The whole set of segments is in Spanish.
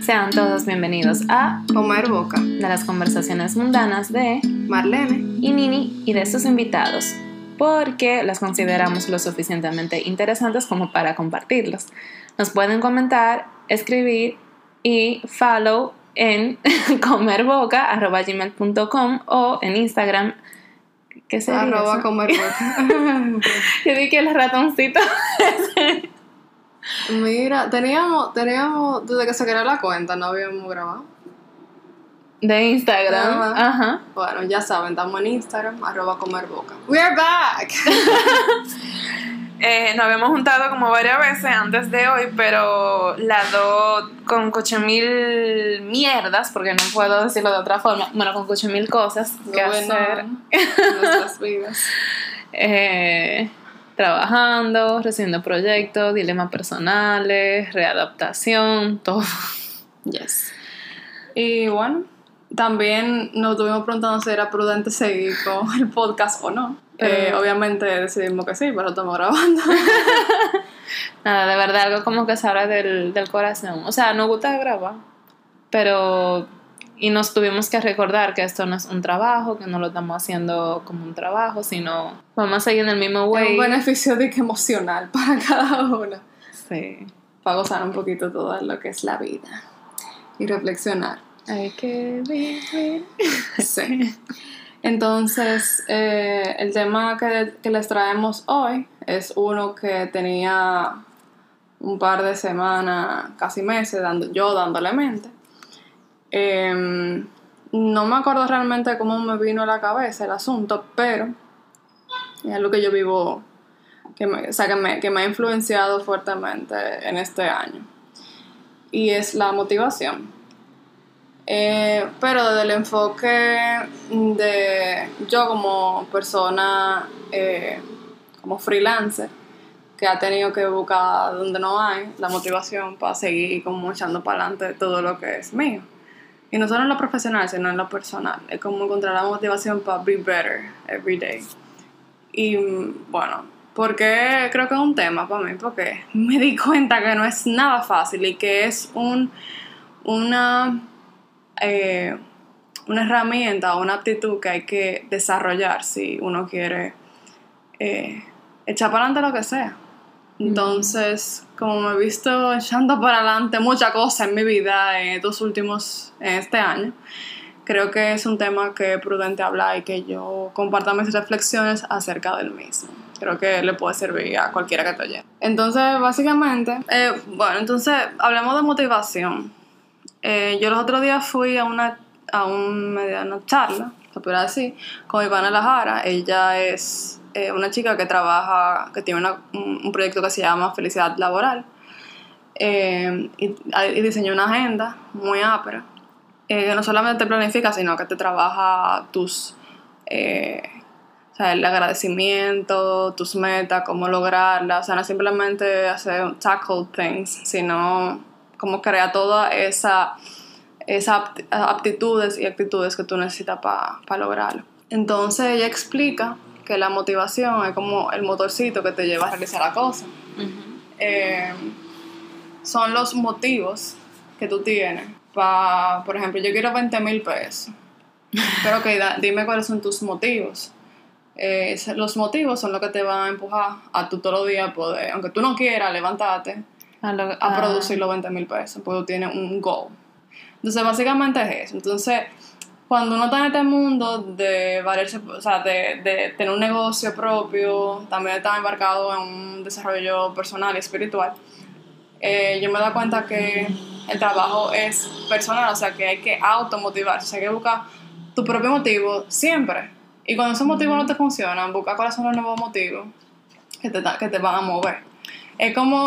Sean todos bienvenidos a Comer Boca, de las conversaciones mundanas de Marlene y Nini y de sus invitados, porque las consideramos lo suficientemente interesantes como para compartirlos. Nos pueden comentar, escribir y follow en comerboca@gmail.com o en Instagram. ¿Qué sería eso? @comerboca. Yo dije que el ratoncito. Mira, teníamos, desde que se creó la cuenta, no habíamos grabado. De Instagram. Ajá. Bueno, ya saben, estamos en Instagram, @comerboca. We are back. Nos habíamos juntado como varias veces antes de hoy, pero las dos con 8,000 mierdas, porque no puedo decirlo de otra forma, bueno, con 8,000 cosas que hacer en nuestras vidas. Trabajando, recibiendo proyectos, dilemas personales, readaptación, todo. Yes. Y bueno, también nos estuvimos preguntando si era prudente seguir con el podcast o no. Obviamente decidimos que sí, pero estamos grabando. Nada, de verdad, algo como que sale del corazón. O sea, nos gusta grabar, pero... Y nos tuvimos que recordar que esto no es un trabajo, que no lo estamos haciendo como un trabajo, sino vamos a seguir en el mismo way. Es un beneficio de que emocional para cada uno. Sí. Para gozar un poquito todo lo que es la vida y reflexionar. Hay que vivir. Sí. Entonces, el tema que les traemos hoy es uno que tenía un par de semanas, casi meses, dándole mente. No me acuerdo realmente cómo me vino a la cabeza el asunto, pero es algo que yo vivo, que me ha influenciado fuertemente en este año, y es la motivación. Pero desde el enfoque de yo como persona, como freelancer, que ha tenido que buscar donde no hay la motivación para seguir como echando para adelante todo lo que es mío. Y no solo en lo profesional, sino en lo personal. Es como encontrar la motivación para be better every day. Y bueno, porque creo que es un tema para mí, porque me di cuenta que no es nada fácil y que es una herramienta o una aptitud que hay que desarrollar si uno quiere echar para adelante lo que sea. Entonces, como me he visto echando para adelante muchas cosas en mi vida en este año, creo que es un tema que es prudente hablar y que yo comparta mis reflexiones acerca del mismo. Creo que le puede servir a cualquiera que te oye. Entonces, básicamente, hablemos de motivación. Yo los otros días fui a una charla, se podría decir, con Ivana Lajara. Ella es una chica que trabaja, que tiene un proyecto que se llama Felicidad Laboral, y diseñó una agenda muy ápera, que no solamente te planifica, sino que te trabaja el agradecimiento, tus metas, cómo lograrlas. O sea, no simplemente hacer tackle things, sino como crear todas esas aptitudes y actitudes que tú necesitas para lograrlo. Entonces ella explica que la motivación es como el motorcito que te lleva a realizar la cosa. Uh-huh. Son los motivos que tú tienes. Por ejemplo, yo quiero 20,000 pesos. Pero dime cuáles son tus motivos. Los motivos son lo que te van a empujar a tú todos los días poder, aunque tú no quieras, levantarte a producir los 20,000 pesos, porque tú tienes un goal. Entonces, básicamente es eso. Entonces, cuando uno está en este mundo de valerse, o sea, de tener un negocio propio, también está embarcado en un desarrollo personal y espiritual, yo me doy cuenta que el trabajo es personal, o sea, que hay que automotivarse, o sea, hay que buscar tu propio motivo siempre. Y cuando esos motivos no te funcionan, busca cuáles son los nuevos motivos que te van a mover. Es como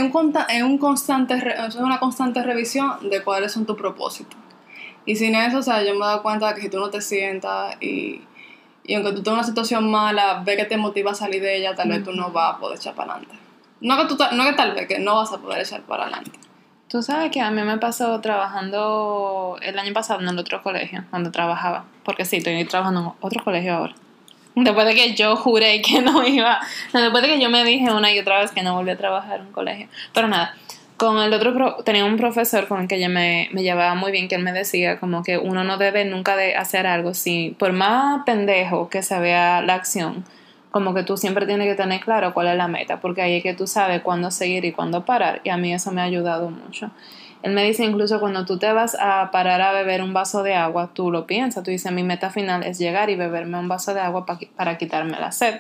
es una constante revisión de cuáles son tus propósitos. Y sin eso, o sea, yo me he dado cuenta de que si tú no te sientas y aunque tú tengas una situación mala, ve que te motiva a salir de ella, tal vez tú no vas a poder echar para adelante. No que tal vez que no vas a poder echar para adelante. Tú sabes que a mí me pasó trabajando el año pasado en el otro colegio, cuando trabajaba. Porque sí, estoy trabajando en otro colegio ahora. Después de que yo juré que no iba... Después de que yo me dije una y otra vez que no volví a trabajar en un colegio. Pero nada, Con el otro, tenía un profesor con el que yo me llevaba muy bien, que él me decía como que uno no debe nunca de hacer algo si, por más pendejo que se vea la acción, como que tú siempre tienes que tener claro cuál es la meta, porque ahí es que tú sabes cuándo seguir y cuándo parar, y a mí eso me ha ayudado mucho. Él me dice incluso cuando tú te vas a parar a beber un vaso de agua, tú lo piensas, tú dices mi meta final es llegar y beberme un vaso de agua para quitarme la sed.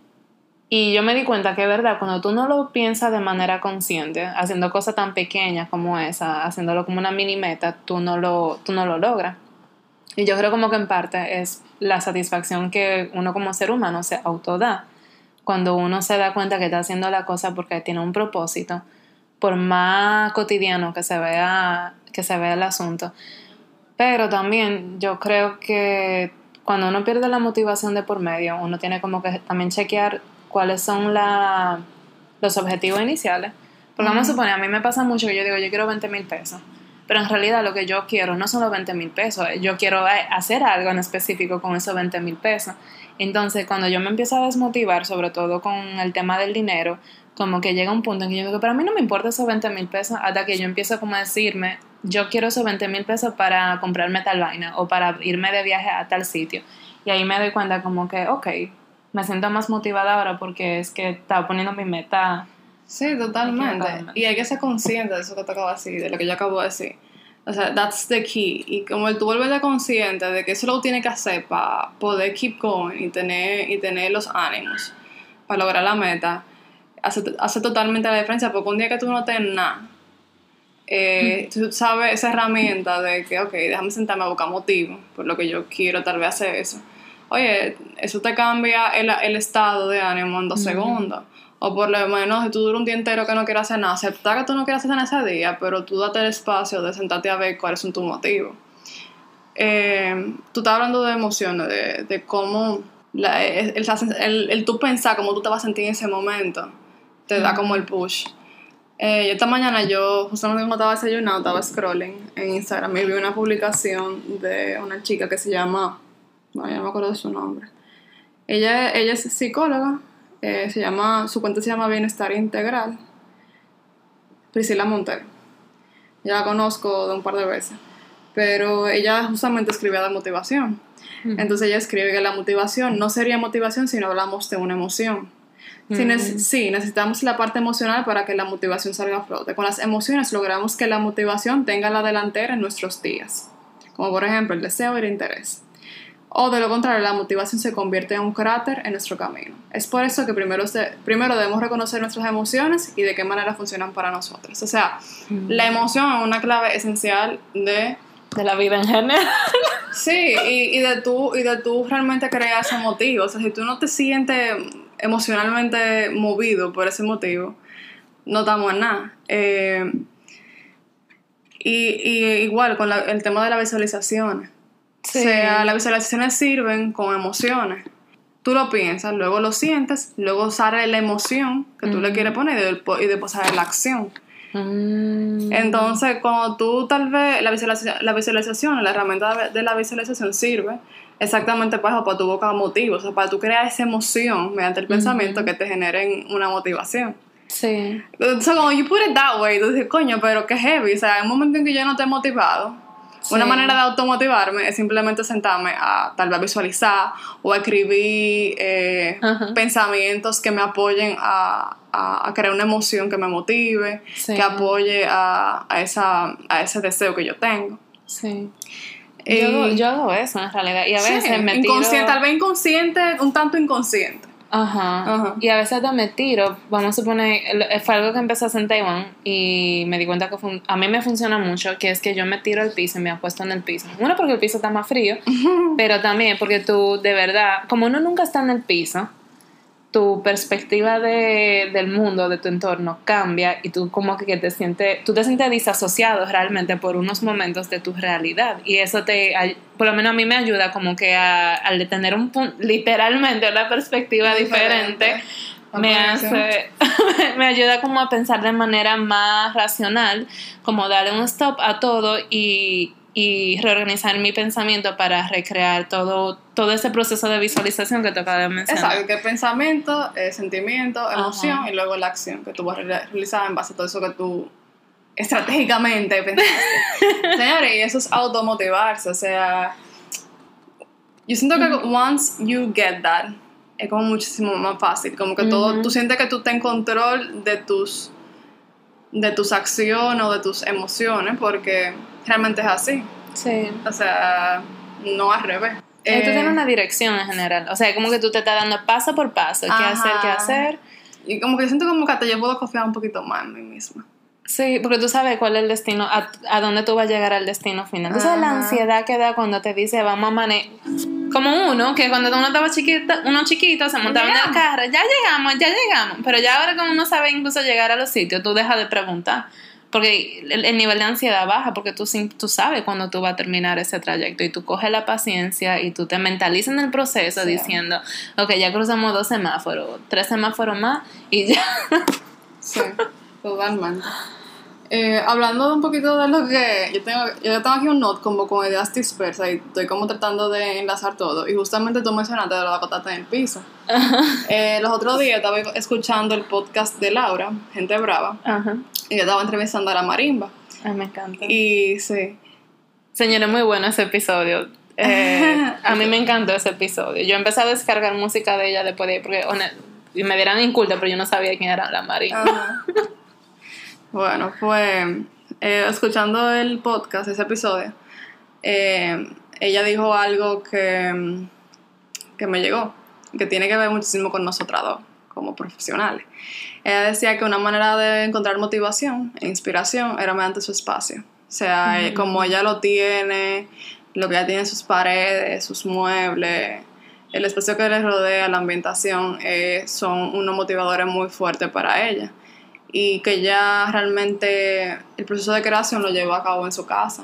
Y yo me di cuenta que es verdad, cuando tú no lo piensas de manera consciente, haciendo cosas tan pequeñas como esa, haciéndolo como una mini meta, tú no lo logras. Y yo creo como que en parte es la satisfacción que uno como ser humano se autoda. Cuando uno se da cuenta que está haciendo la cosa porque tiene un propósito, por más cotidiano que se vea el asunto. Pero también yo creo que cuando uno pierde la motivación de por medio, uno tiene como que también chequear cuáles son los objetivos iniciales. Porque vamos a suponer, a mí me pasa mucho que yo digo, yo quiero 20,000 pesos. Pero en realidad lo que yo quiero no son los 20,000 pesos. Yo quiero hacer algo en específico con esos 20,000 pesos. Entonces, cuando yo me empiezo a desmotivar, sobre todo con el tema del dinero, como que llega un punto en que yo digo, pero a mí no me importa esos 20,000 pesos, hasta que yo empiezo como a decirme, yo quiero esos 20,000 pesos para comprarme tal vaina o para irme de viaje a tal sitio. Y ahí me doy cuenta como que, ok, me siento más motivada ahora porque es que estaba poniendo mi meta. Sí, totalmente. Y hay que ser consciente de eso que te acabo de decir, de lo que yo acabo de decir. O sea, that's the key. Y como tú vuelves de consciente de que eso lo tienes que hacer para poder keep going y tener los ánimos para lograr la meta, hace totalmente la diferencia. Porque un día que tú no tengas nada, tú sabes esa herramienta de que, ok, déjame sentarme a buscar motivo por lo que yo quiero tal vez hacer eso. Oye, eso te cambia el estado de ánimo en 2 segundos. O por lo menos si tú duras un día entero que no quieres hacer nada, acepta que tú no quieres hacer nada ese día, pero tú date el espacio de sentarte a ver cuáles son tus motivos. Tú estás hablando de emociones, de cómo el tú pensar cómo tú te vas a sentir en ese momento te da como el push. Esta mañana yo, justamente cuando estaba desayunando, estaba scrolling en Instagram y vi una publicación de una chica que se llama, bueno, ya no me acuerdo de su nombre. Ella es psicóloga, su cuenta se llama Bienestar Integral, Priscila Montero. Ya la conozco de un par de veces, pero ella justamente escribía de motivación. Entonces ella escribe que la motivación no sería motivación si no hablamos de una emoción. Sí, necesitamos la parte emocional para que la motivación salga a flote. Con las emociones logramos que la motivación tenga la delantera en nuestros días, como por ejemplo el deseo y el interés. O de lo contrario, la motivación se convierte en un cráter en nuestro camino. Es por eso que primero debemos reconocer nuestras emociones y de qué manera funcionan para nosotros. O sea, la emoción es una clave esencial de la vida en general. Sí, y de tú realmente crear ese motivo. O sea, si tú no te sientes emocionalmente movido por ese motivo, no estamos en nada. Y igual con el tema de las visualizaciones. Sí. O sea, las visualizaciones sirven con emociones. Tú lo piensas, luego lo sientes, luego sale la emoción que tú le quieres poner y después sale la acción. Entonces, cuando tú tal vez la visualización, la herramienta de la visualización sirve exactamente para tu boca motivos, o sea, para tú crear esa emoción mediante el pensamiento que te generen una motivación. Sí. Entonces, como you put it that way, tú dices, coño, pero qué heavy. O sea, hay un momento en que yo no estoy motivado. Sí. Una manera de automotivarme es simplemente sentarme a tal vez visualizar o a escribir pensamientos que me apoyen a crear una emoción que me motive, sí, que apoye a ese deseo que yo tengo. Sí. Yo hago eso en realidad. Y a veces me tiro... Tal vez inconsciente, un tanto inconsciente. Ajá. Y a veces hasta me tiro, vamos a suponer, fue algo que empecé a hacer en Taiwán y me di cuenta que a mí me funciona mucho, que es que yo me tiro al piso y me acuesto en el piso. Uno, porque el piso está más frío, pero también porque tú, de verdad, como uno nunca está en el piso, tu perspectiva del mundo, de tu entorno cambia y tú como que te sientes disasociado realmente por unos momentos de tu realidad, y eso por lo menos a mí me ayuda como que al tener literalmente una perspectiva diferente me ayuda como a pensar de manera más racional, como darle un stop a todo y reorganizar mi pensamiento para recrear todo ese proceso de visualización que te acabo de mencionar. Exacto, que pensamiento, sentimiento, emoción, y luego la acción que tú vas a realizar en base a todo eso que tú estratégicamente pensaste. Señores, y eso es automotivarse, o sea, yo siento que once you get that, es como muchísimo más fácil, como que todo, tú sientes que tú estás en control de tus acciones o de tus emociones, porque realmente es así. Sí. O sea, no al revés. Esto tiene una dirección en general, o sea, como que tú te estás dando paso por paso, qué hacer. Y como que siento como que hasta yo puedo confiar un poquito más en mí misma. Sí, porque tú sabes cuál es el destino, a dónde tú vas a llegar al destino final. Entonces la ansiedad que da cuando te dice vamos a manejar, como uno, que cuando uno estaba chiquito se montaba en el carro, ya llegamos, pero ya ahora como uno sabe incluso llegar a los sitios, tú dejas de preguntar, porque el nivel de ansiedad baja, porque tú sabes cuándo tú vas a terminar ese trayecto y tú coges la paciencia y tú te mentalizas en el proceso diciendo, ok, ya cruzamos 2 semáforos, 3 semáforos más y ya. Sí, totalmente. Hablando de un poquito de lo que yo tengo aquí un note como con ideas dispersas y estoy como tratando de enlazar todo, y justamente tú mencionaste de lo de acostarte en el piso. Los otros días estaba escuchando el podcast de Laura, Gente Brava, y yo estaba entrevistando a la marimba. Ay, me encanta. Y sí, señora, muy bueno ese episodio. A mí me encantó ese episodio. Yo empecé a descargar música de ella después de ahí, porque y me dieran inculta, pero yo no sabía quién era la marimba. Bueno, pues escuchando el podcast, ese episodio, ella dijo algo que me llegó, que tiene que ver muchísimo con nosotras dos, como profesionales. Ella decía que una manera de encontrar motivación e inspiración era mediante su espacio. O sea, como ella lo tiene, lo que ella tiene en sus paredes, sus muebles, el espacio que les rodea, la ambientación, son unos motivadores muy fuertes para ella. Y que ya realmente el proceso de creación lo lleva a cabo en su casa.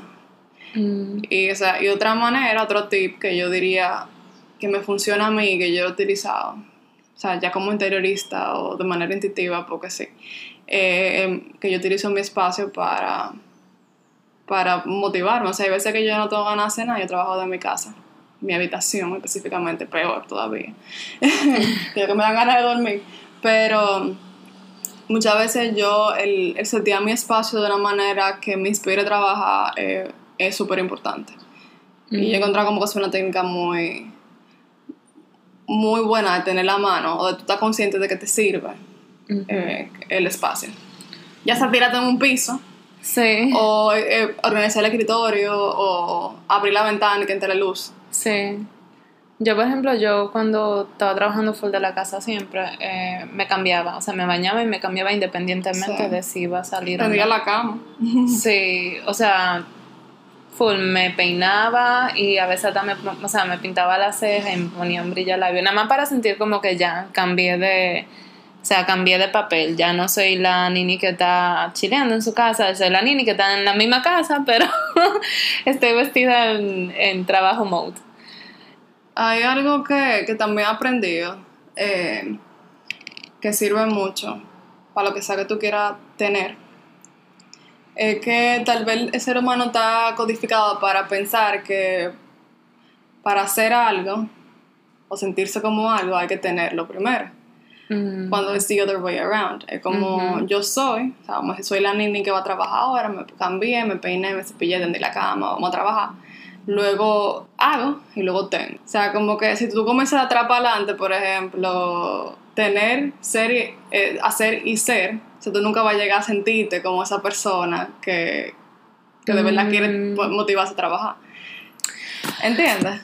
Y otra manera, otro tip que yo diría que me funciona a mí, que yo he utilizado, o sea, ya como interiorista o de manera intuitiva, porque sí, que yo utilizo mi espacio para motivarme. O sea, hay veces que yo no tengo ganas de hacer nada, yo trabajo de mi casa, mi habitación específicamente, peor todavía, que me dan ganas de dormir, pero muchas veces yo el setear mi espacio de una manera que me inspire a trabajar es súper importante. Y yo he encontrado como que es una técnica muy muy buena de tener la mano, o de tú estar consciente de que te sirve el espacio, ya sea tirarte en un piso, o organizar el escritorio, o abrir la ventana y que entre la luz. Yo, por ejemplo, cuando estaba trabajando full de la casa siempre me cambiaba, o sea, me bañaba y me cambiaba independientemente de si iba a salir tendría la cama. Sí, o sea, full me peinaba y a veces hasta me pintaba la ceja y me ponía un brillalabio, nada más para sentir como que ya cambié de papel. Ya no soy la nini que está chileando en su casa, soy la nini que está en la misma casa, pero estoy vestida en trabajo mode. Hay algo que también he aprendido que sirve mucho para lo que sea que tú quieras tener. Es que tal vez el ser humano está codificado para pensar que para hacer algo o sentirse como algo hay que tenerlo primero. Cuando es the other way around. Es como yo soy la nini que va a trabajar ahora, me cambié, me peiné, me cepillé, tendí la cama, vamos a trabajar. Luego hago y luego tengo. O sea, como que si tú comienzas de atrás para adelante, por ejemplo, tener, ser, hacer y ser, o sea, tú nunca vas a llegar a sentirte como esa persona que de verdad quiere motivarse a trabajar. ¿Entiendes?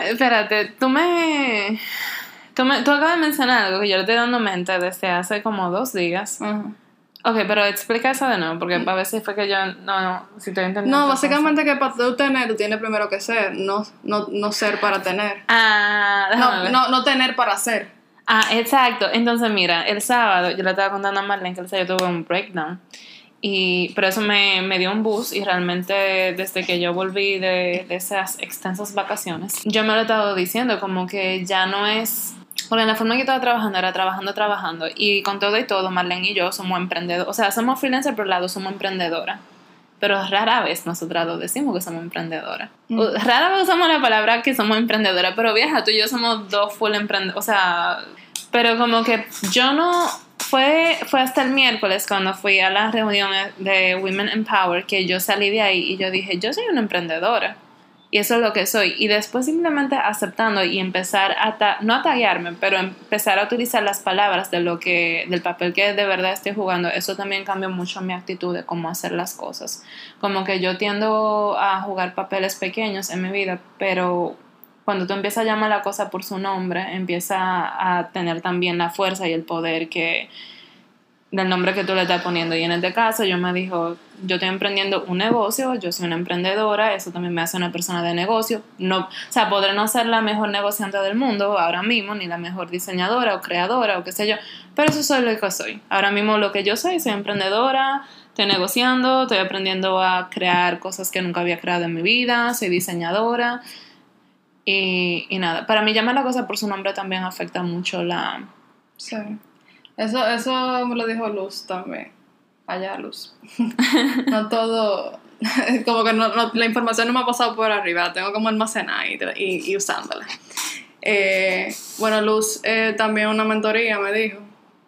Tú acabas de mencionar algo que yo le estoy dando mente desde hace como 2 días. Ok, pero explica eso de nuevo, porque a veces fue que yo si estoy entendiendo. No, básicamente que para tú tener, tú tienes primero que ser, no ser para tener. No tener para ser. Exacto. Entonces, mira, el sábado yo le estaba contando a Marlene que el sábado yo tuve un breakdown. Pero eso me dio un boost, y realmente desde que yo volví de esas extensas vacaciones, yo me lo he estado diciendo como que ya no es... Porque en la forma que estaba trabajando era trabajando, y con todo y todo Marlene y yo somos emprendedores, o sea, somos freelancers, por lado somos emprendedoras, pero rara vez nosotras dos decimos que somos emprendedoras. Rara vez usamos la palabra que somos emprendedoras, pero vieja, tú y yo somos 2 full emprendedoras, o sea, pero como que yo no fue hasta el miércoles cuando fui a la reunión de Women Empower que yo salí de ahí y yo dije, yo soy una emprendedora. Y eso es lo que soy. Y después simplemente aceptando y empezar no a taguearme, pero empezar a utilizar las palabras del papel que de verdad estoy jugando, eso también cambió mucho mi actitud de cómo hacer las cosas. Como que yo tiendo a jugar papeles pequeños en mi vida, pero cuando tú empiezas a llamar la cosa por su nombre, empieza a tener también la fuerza y el poder del nombre que tú le estás poniendo. Y en este caso yo me dijo, yo estoy emprendiendo un negocio, yo soy una emprendedora, eso también me hace una persona de negocio. No, o sea, podré no ser la mejor negociante del mundo ahora mismo, ni la mejor diseñadora o creadora o qué sé yo, pero eso soy lo que soy. Ahora mismo lo que yo soy emprendedora, estoy negociando, estoy aprendiendo a crear cosas que nunca había creado en mi vida, soy diseñadora y nada. Para mí llamar la cosa por su nombre también afecta mucho Sí. Eso me lo dijo Luz también. Allá, Luz. No todo. Como que la información no me ha pasado por arriba. La tengo como almacenada y usándola. Bueno, Luz también una mentoría me dijo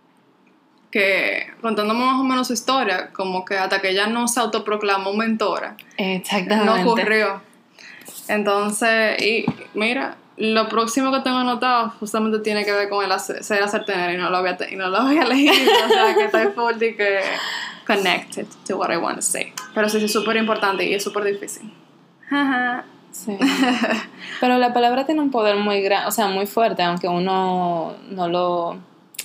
que contándome más o menos su historia, como que hasta que ella no se autoproclamó mentora, exactamente, no ocurrió. Entonces, y mira, lo próximo que tengo anotado justamente tiene que ver con el ser, hacer, tener, y no lo había leído, o sea que estoy full de que connected to what I want to say. Pero sí, es súper importante y es súper difícil. Sí. Pero la palabra tiene un poder muy grande, o sea, muy fuerte, aunque uno no lo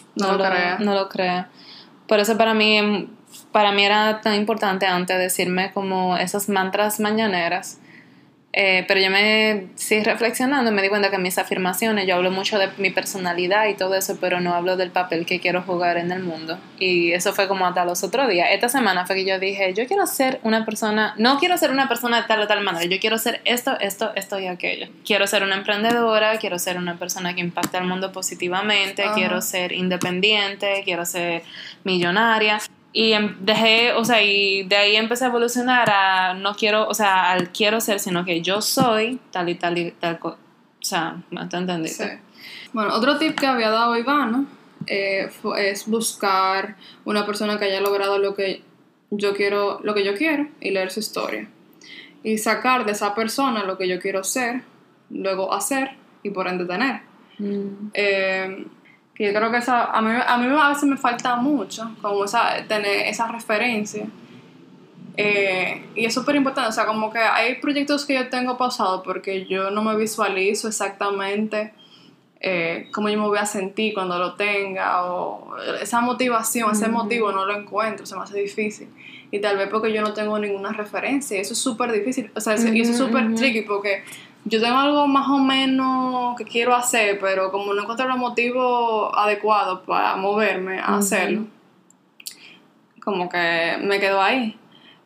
crea. Por eso para mí era tan importante antes decirme como esos mantras mañaneras. Pero yo sí reflexionando me di cuenta que mis afirmaciones, yo hablo mucho de mi personalidad y todo eso, pero no hablo del papel que quiero jugar en el mundo. Y eso fue como hasta los otros días. Esta semana fue que yo dije, yo quiero ser una persona, no quiero ser una persona de tal o tal manera, yo quiero ser esto y aquello. Quiero ser una emprendedora, quiero ser una persona que impacta al mundo positivamente, quiero ser independiente, quiero ser millonaria. Y y de ahí empecé a evolucionar a no quiero, o sea, al quiero ser, sino que yo soy tal y tal y tal cosa. O sea, ¿me te entendiste? Sí. Bueno, otro tip que había dado Ivana es buscar una persona que haya logrado lo que yo quiero y leer su historia. Y sacar de esa persona lo que yo quiero ser, luego hacer y por ende tener. Que yo creo que a mí a veces me falta mucho como tener esa referencia y es súper importante, o sea, como que hay proyectos que yo tengo pausados porque yo no me visualizo exactamente cómo yo me voy a sentir cuando lo tenga, o esa motivación, ese motivo no lo encuentro, se me hace difícil, y tal vez porque yo no tengo ninguna referencia, y eso es súper difícil, o sea, y eso es súper tricky porque yo tengo algo más o menos que quiero hacer, pero como no encuentro los motivos adecuados para moverme a hacerlo, como que me quedo ahí.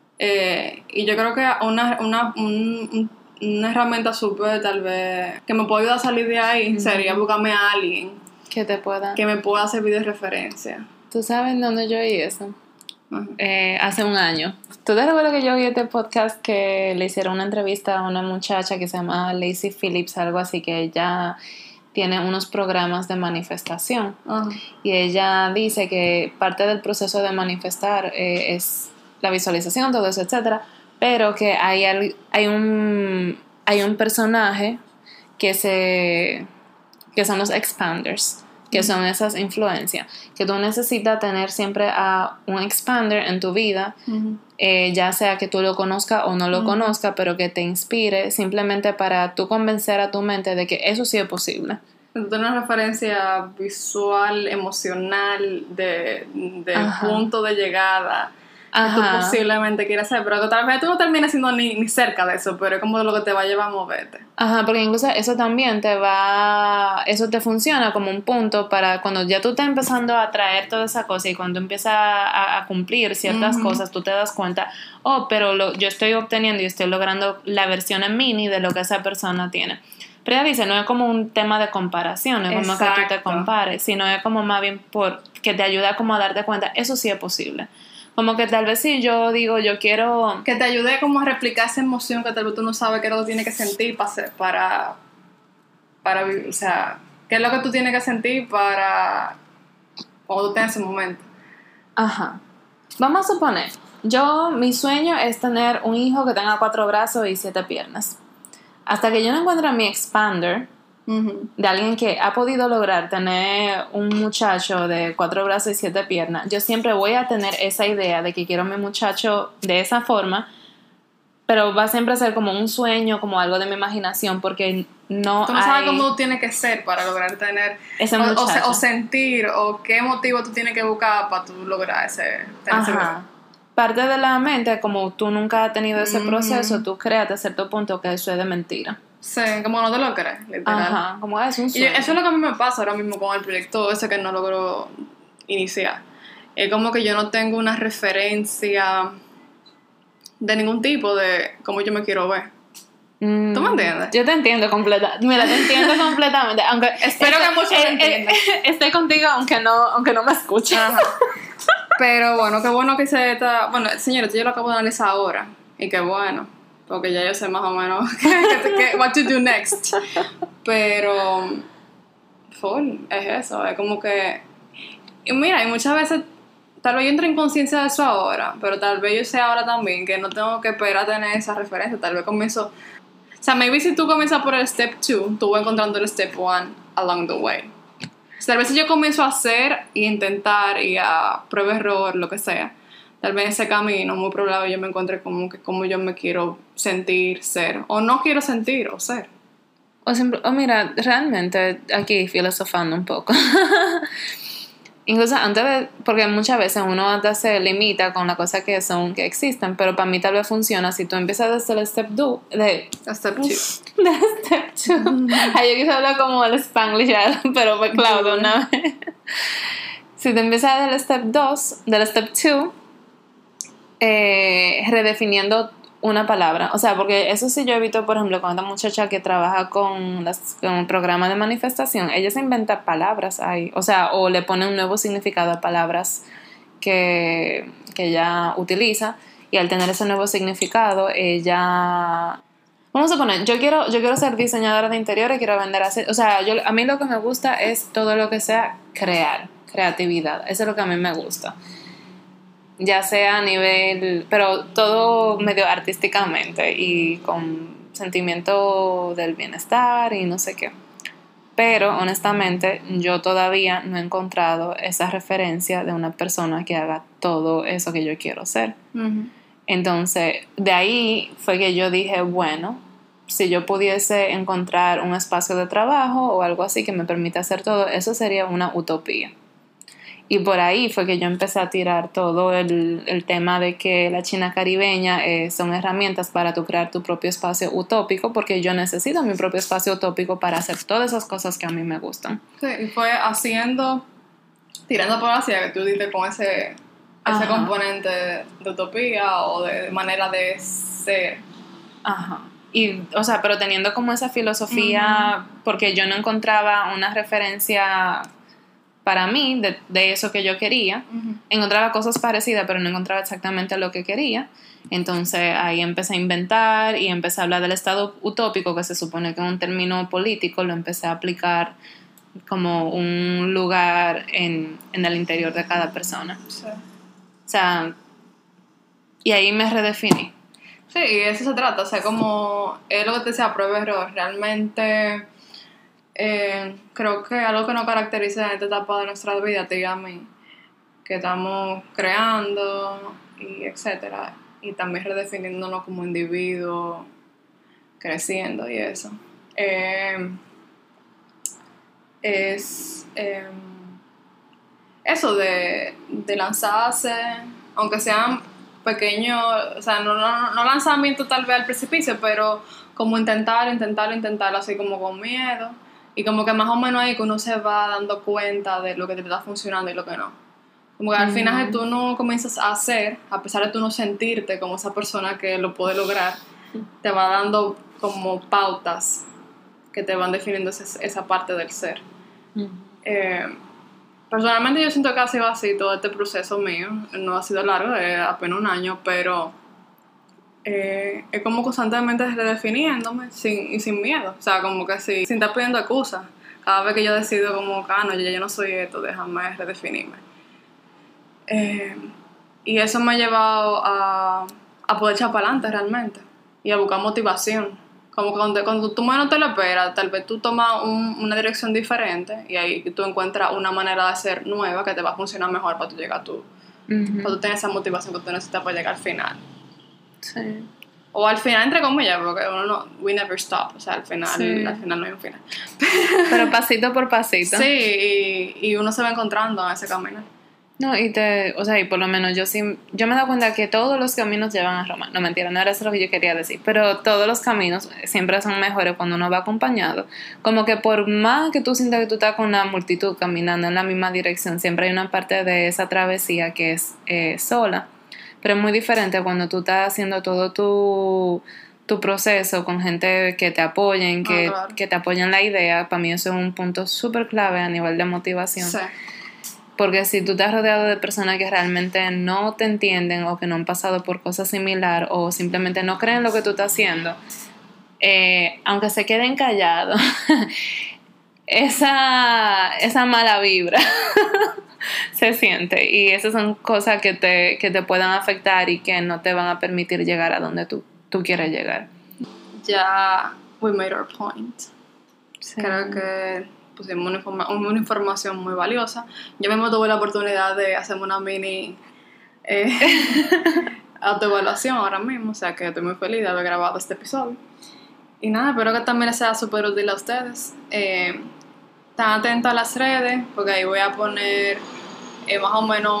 Y yo creo que una herramienta súper, tal vez, que me pueda ayudar a salir de ahí, sería buscarme a alguien que me pueda servir de referencia. ¿Tú sabes dónde yo oí eso? Hace un año. ¿Tú te recuerdas que yo oí este podcast que le hicieron una entrevista a una muchacha que se llama Lacey Phillips, algo así, que ella tiene unos programas de manifestación? Y ella dice que parte del proceso de manifestar es la visualización, todo eso, etcétera, pero que hay un personaje que son los expanders, que son esas influencias, que tú necesitas tener siempre a un expander en tu vida, ya sea que tú lo conozcas o no lo conozcas, pero que te inspire simplemente para tú convencer a tu mente de que eso sí es posible. Entonces, una referencia visual, emocional, de punto de llegada que tú posiblemente quieras hacer, pero que tal vez tú no termines siendo ni cerca de eso, pero es como lo que te va a llevar a moverte. Porque incluso eso también eso te funciona como un punto para cuando ya tú estás empezando a traer toda esa cosa y cuando empiezas a cumplir ciertas cosas, tú te das cuenta, pero yo estoy obteniendo y estoy logrando la versión en mini de lo que esa persona tiene. Pero ella dice, no es como un tema de comparación, no es como que tú te compares, sino es como más bien que te ayuda como a darte cuenta, eso sí es posible. Como que tal vez si yo digo, yo quiero... Que te ayude como a replicar esa emoción que tal vez tú no sabes qué es lo que tienes que sentir para vivir. O sea, qué es lo que tú tienes que sentir para cuando tú tengas ese momento. Ajá. Vamos a suponer, mi sueño es tener un hijo que tenga 4 brazos y 7 piernas. Hasta que yo no encuentre a mi expander, de alguien que ha podido lograr tener un muchacho de 4 brazos y 7 piernas, yo siempre voy a tener esa idea de que quiero a mi muchacho de esa forma, pero va siempre a ser como un sueño, como algo de mi imaginación, porque no tú no sabes cómo tú tienes que ser para lograr tener ese muchacho. O sentir, o qué motivo tú tienes que buscar para tú lograr tener ese bebé. Parte de la mente, como tú nunca has tenido ese proceso, tú creas a cierto punto que eso es de mentira. Sí, como no te lo crees, literal. Ajá, como es un sueño. Y eso es lo que a mí me pasa ahora mismo con el proyecto ese que no logro iniciar. Es como que yo no tengo una referencia de ningún tipo de cómo yo me quiero ver. ¿Tú me entiendes? Yo te entiendo completamente. Mira, te entiendo completamente. Aunque espero que muchos me entiendan. Estoy contigo aunque no me escuches. Pero bueno, qué bueno que se está... Bueno, señores, yo lo acabo de analizar ahora. Y qué bueno. Porque ya yo sé más o menos what to do next. Pero... full, es eso. Es como que... Y mira, y muchas veces... Tal vez yo entro en conciencia de eso ahora. Pero tal vez yo sé ahora también que no tengo que esperar a tener esa referencia. Tal vez comienzo... O sea, maybe si tú comienzas por el step 2, tú vas encontrando el step 1 along the way. Tal vez si yo comienzo a hacer y intentar y a prueba error, lo que sea, tal vez en ese camino muy probable yo me encuentre como yo me quiero sentir, ser, o no quiero sentir o ser. O mira, realmente aquí filosofando un poco. Incluso antes de, porque muchas veces uno hasta se limita con las cosas que existen, pero para mí tal vez funciona si tú empiezas desde el step 2, step 2. De step 2. Yo quise hablar como el Spanglish, pero me clavo de una vez. Si tú empiezas del step 2, del step 2, redefiniendo una palabra, o sea, porque eso sí yo he visto, por ejemplo, con esta muchacha que trabaja con el programa de manifestación, ella se inventa palabras ahí, o sea, o le pone un nuevo significado a palabras que ella utiliza, y al tener ese nuevo significado, ella... Vamos a poner, yo quiero ser diseñadora de interiores, quiero vender así, o sea, a mí lo que me gusta es todo lo que sea creatividad, eso es lo que a mí me gusta. Ya sea a nivel, pero todo medio artísticamente y con sentimiento del bienestar y no sé qué. Pero honestamente yo todavía no he encontrado esa referencia de una persona que haga todo eso que yo quiero ser. Entonces de ahí fue que yo dije, bueno, si yo pudiese encontrar un espacio de trabajo o algo así que me permita hacer todo, eso sería una utopía. Y por ahí fue que yo empecé a tirar todo el tema de que la China caribeña son herramientas para tú crear tu propio espacio utópico, porque yo necesito mi propio espacio utópico para hacer todas esas cosas que a mí me gustan. Sí, y fue tirando por hacia que tú diste con ese componente de utopía o de manera de ser. Ajá. Y, o sea, pero teniendo como esa filosofía, porque yo no encontraba una referencia... para mí, de eso que yo quería, encontraba cosas parecidas, pero no encontraba exactamente lo que quería. Entonces ahí empecé a inventar y empecé a hablar del estado utópico, que se supone que es un término político, lo empecé a aplicar como un lugar en el interior de cada persona. Sí. O sea, y ahí me redefiní. Sí, y eso se trata, o sea, como es lo que te decía, prueba error, realmente... creo que algo que nos caracteriza en esta etapa de nuestra vida, te y a mí, que estamos creando y etcétera, y también redefiniéndonos como individuos, creciendo y eso, es eso de lanzarse, aunque sean pequeños, o sea, no lanzamiento tal vez al precipicio, pero como intentarlo así como con miedo. Y como que más o menos ahí que uno se va dando cuenta de lo que te está funcionando y lo que no. Como que al final tú no comienzas a hacer, a pesar de tú no sentirte como esa persona que lo puede lograr, te va dando como pautas que te van definiendo esa parte del ser. Personalmente yo siento que ha sido así todo este proceso mío. No ha sido largo, apenas un año, pero... es como constantemente redefiniéndome sin miedo, o sea, como que sin estar pidiendo excusas. Cada vez que yo decido como, no, yo no soy esto, déjame redefinirme. Y eso me ha llevado a poder echar para adelante realmente y a buscar motivación. Como que cuando tú menos te lo esperas, tal vez tú tomas una dirección diferente y ahí tú encuentras una manera de hacer nueva que te va a funcionar mejor para tú llegar a tu... Para tú tener esa motivación que tú necesitas para llegar al final. Sí. O al final, entre comillas, porque uno no... We never stop. O sea, al final no hay un final. Pero pasito por pasito. Sí, y uno se va encontrando en ese camino. No, y por lo menos yo me he dado cuenta que todos los caminos llevan a Roma. No, mentira, no era eso lo que yo quería decir. Pero todos los caminos siempre son mejores cuando uno va acompañado. Como que por más que tú sientas que tú estás con una multitud caminando en la misma dirección, siempre hay una parte de esa travesía que es sola. Pero es muy diferente cuando tú estás haciendo todo tu proceso con gente que te apoyen, claro. que te apoyen la idea. Para mí eso es un punto súper clave a nivel de motivación. Sí. Porque si tú estás rodeado de personas que realmente no te entienden o que no han pasado por cosas similares o simplemente no creen lo que tú estás haciendo, aunque se queden callados, esa mala vibra se siente. Y esas son cosas que te puedan afectar y que no te van a permitir llegar a donde tú quieres llegar. Ya, we made our point. Sí. Creo que pusimos una información muy valiosa. Yo mismo tuve la oportunidad de hacerme una mini autoevaluación ahora mismo, o sea que estoy muy feliz de haber grabado este episodio. Y nada, espero que también les sea súper útil a ustedes. Están atentos a las redes, porque ahí voy a poner más o menos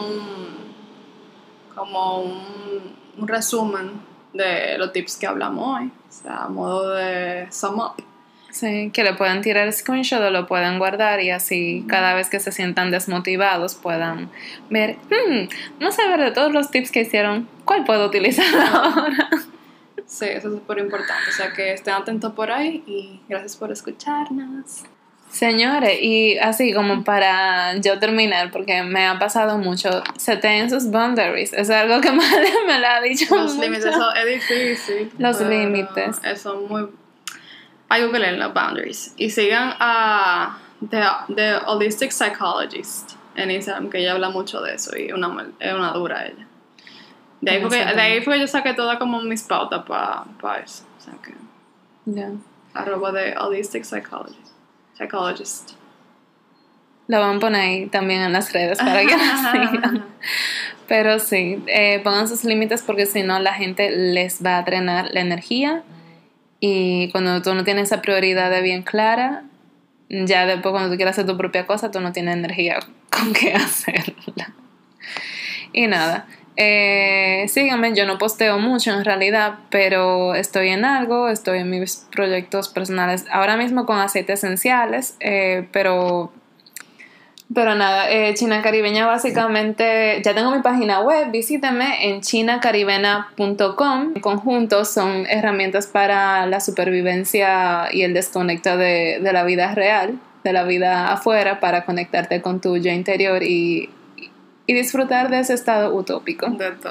un resumen de los tips que hablamos hoy, o sea, a modo de sum up. Sí, que le puedan tirar screenshot o lo puedan guardar y así cada vez que se sientan desmotivados puedan ver, no sé, ver de todos los tips que hicieron, ¿cuál puedo utilizar ahora? Sí, eso es súper importante, o sea que estén atentos por ahí y gracias por escucharnos. Señores, y así como para yo terminar, porque me ha pasado mucho, seteen sus boundaries, es algo que madre me lo ha dicho los mucho. Límites, eso es difícil. Los límites. Eso es muy... Hay que leer los boundaries. Y sigan a The Holistic Psychologist en Instagram, que ella habla mucho de eso y es una dura ella. De ahí fue que yo saqué todas como mis pautas para eso. O sea que... Yeah. @The Holistic Psychologist. Lo van a poner ahí también en las redes para que nos sigan. Pero sí, pongan sus límites porque si no la gente les va a drenar la energía. Y cuando tú no tienes esa prioridad de bien clara, ya después cuando tú quieras hacer tu propia cosa, tú no tienes energía con qué hacerla. Y nada, síganme, yo no posteo mucho en realidad, pero estoy en algo, estoy en mis proyectos personales ahora mismo con aceites esenciales, pero nada, China Caribeña básicamente, ya tengo mi página web, visítenme en chinacaribena.com. En conjunto son herramientas para la supervivencia y el desconecto de la vida real, de la vida afuera, para conectarte con tu yo interior y disfrutar de ese estado utópico. De todo.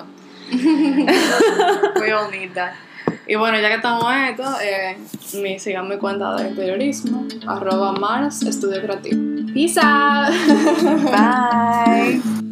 We all need that. Y bueno, ya que estamos en esto, sigan mi cuenta de interiorismo, @Mars Estudio Creativo. Peace out. Bye.